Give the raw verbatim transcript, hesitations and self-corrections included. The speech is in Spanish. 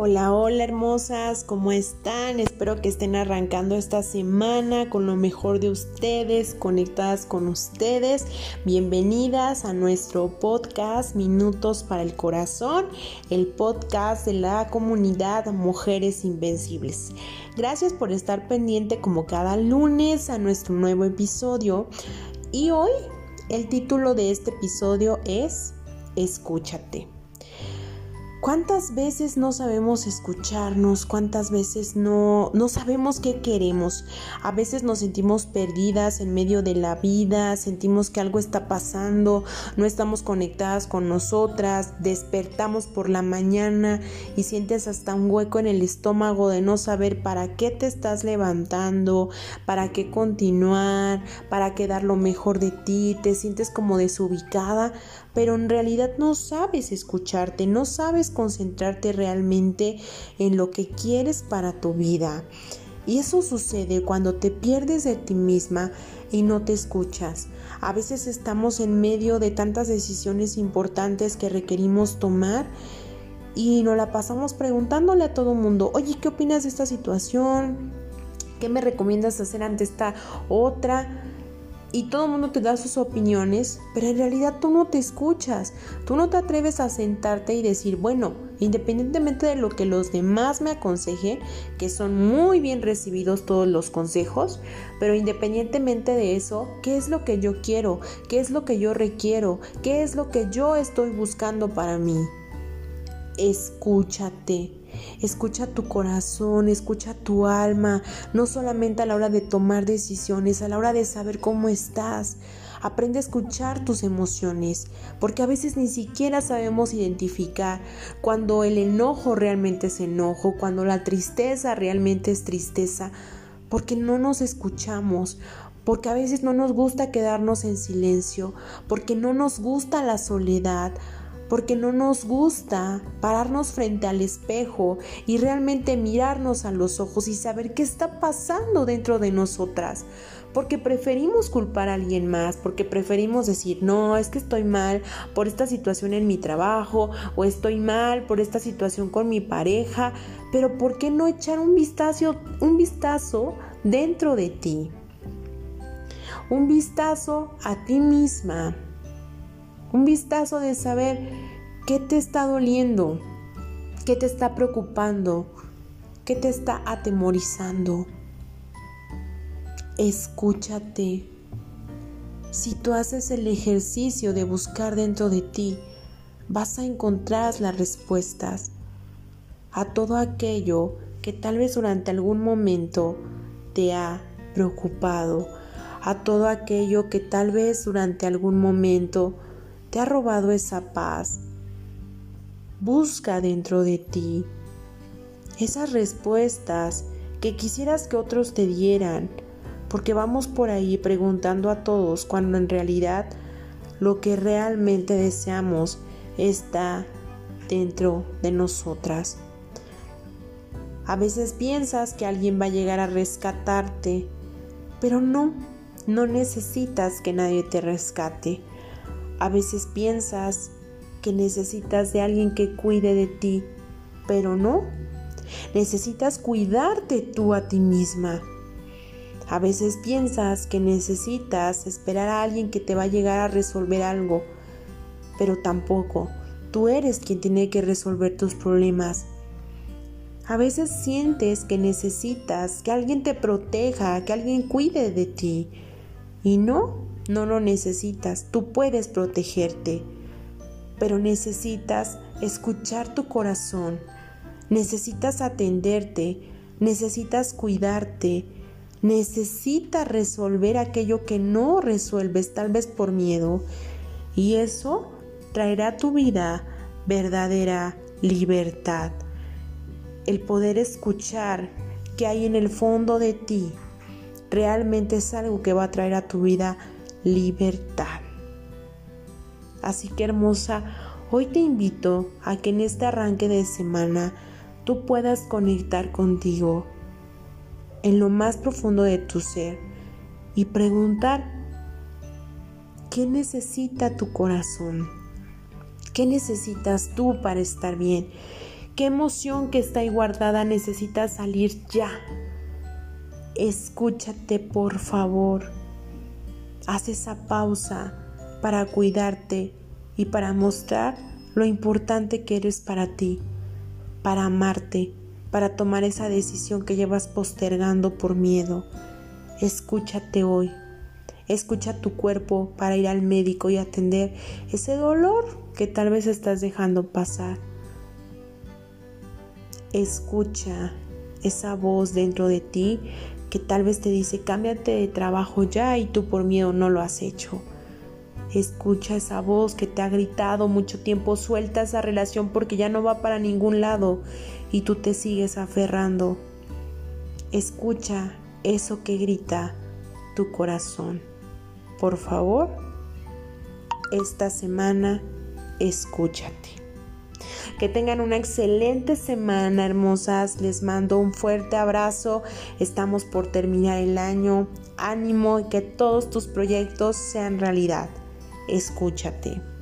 Hola, hola hermosas, ¿cómo están? Espero que estén arrancando esta semana con lo mejor de ustedes, conectadas con ustedes. Bienvenidas a nuestro podcast Minutos para el Corazón, el podcast de la comunidad Mujeres Invencibles. Gracias por estar pendiente como cada lunes a nuestro nuevo episodio. Y hoy el título de este episodio es Escúchate. ¿Cuántas veces no sabemos escucharnos? ¿Cuántas veces no, no sabemos qué queremos? A veces nos sentimos perdidas en medio de la vida, sentimos que algo está pasando, no estamos conectadas con nosotras, despertamos por la mañana y sientes hasta un hueco en el estómago de no saber para qué te estás levantando, para qué continuar, para qué dar lo mejor de ti, te sientes como desubicada, pero en realidad no sabes escucharte, no sabes concentrarte realmente en lo que quieres para tu vida. Y eso sucede cuando te pierdes de ti misma y no te escuchas. A veces estamos en medio de tantas decisiones importantes que requerimos tomar y nos la pasamos preguntándole a todo mundo, oye, ¿qué opinas de esta situación? ¿Qué me recomiendas hacer ante esta otra? Y todo el mundo te da sus opiniones, pero en realidad tú no te escuchas, tú no te atreves a sentarte y decir, bueno, independientemente de lo que los demás me aconsejen, que son muy bien recibidos todos los consejos, pero independientemente de eso, ¿qué es lo que yo quiero? ¿Qué es lo que yo requiero? ¿Qué es lo que yo estoy buscando para mí? Escúchate. Escucha tu corazón, escucha tu alma, no solamente a la hora de tomar decisiones, a la hora de saber cómo estás. Aprende a escuchar tus emociones, porque a veces ni siquiera sabemos identificar cuando el enojo realmente es enojo, cuando la tristeza realmente es tristeza, porque no nos escuchamos. Porque a veces no nos gusta quedarnos en silencio, porque no nos gusta la soledad, porque no nos gusta pararnos frente al espejo y realmente mirarnos a los ojos y saber qué está pasando dentro de nosotras, porque preferimos culpar a alguien más, porque preferimos decir, no, es que estoy mal por esta situación en mi trabajo, o estoy mal por esta situación con mi pareja, pero ¿por qué no echar un vistazo, un vistazo dentro de ti? Un vistazo a ti misma. Un vistazo de saber qué te está doliendo, qué te está preocupando, qué te está atemorizando. Escúchate. Si tú haces el ejercicio de buscar dentro de ti, vas a encontrar las respuestas a todo aquello que tal vez durante algún momento te ha preocupado, a todo aquello que tal vez durante algún momento te ha robado esa paz. Busca dentro de ti esas respuestas que quisieras que otros te dieran, porque vamos por ahí preguntando a todos cuando en realidad lo que realmente deseamos está dentro de nosotras. A veces piensas que alguien va a llegar a rescatarte, pero no, no necesitas que nadie te rescate. A veces piensas que necesitas de alguien que cuide de ti, pero no. Necesitas cuidarte tú a ti misma. A veces piensas que necesitas esperar a alguien que te va a llegar a resolver algo, pero tampoco. Tú eres quien tiene que resolver tus problemas. A veces sientes que necesitas que alguien te proteja, que alguien cuide de ti, y no. No lo necesitas, tú puedes protegerte, pero necesitas escuchar tu corazón, necesitas atenderte, necesitas cuidarte, necesitas resolver aquello que no resuelves, tal vez por miedo, y eso traerá a tu vida verdadera libertad. El poder escuchar que hay en el fondo de ti realmente es algo que va a traer a tu vida libertad. Así que hermosa, hoy te invito a que en este arranque de semana tú puedas conectar contigo en lo más profundo de tu ser y preguntar ¿qué necesita tu corazón? ¿Qué necesitas tú para estar bien? ¿Qué emoción que está ahí guardada necesita salir ya? Escúchate, por favor. Haz esa pausa para cuidarte y para mostrar lo importante que eres para ti, para amarte, para tomar esa decisión que llevas postergando por miedo. Escúchate hoy. Escucha tu cuerpo para ir al médico y atender ese dolor que tal vez estás dejando pasar. Escucha esa voz dentro de ti que tal vez te dice cámbiate de trabajo ya y tú por miedo no lo has hecho. Escucha esa voz que te ha gritado mucho tiempo, suelta esa relación porque ya no va para ningún lado y tú te sigues aferrando. Escucha eso que grita tu corazón. Por favor, esta semana escúchate. Que tengan una excelente semana, hermosas. Les mando un fuerte abrazo. Estamos por terminar el año. Ánimo y que todos tus proyectos sean realidad. Escúchate.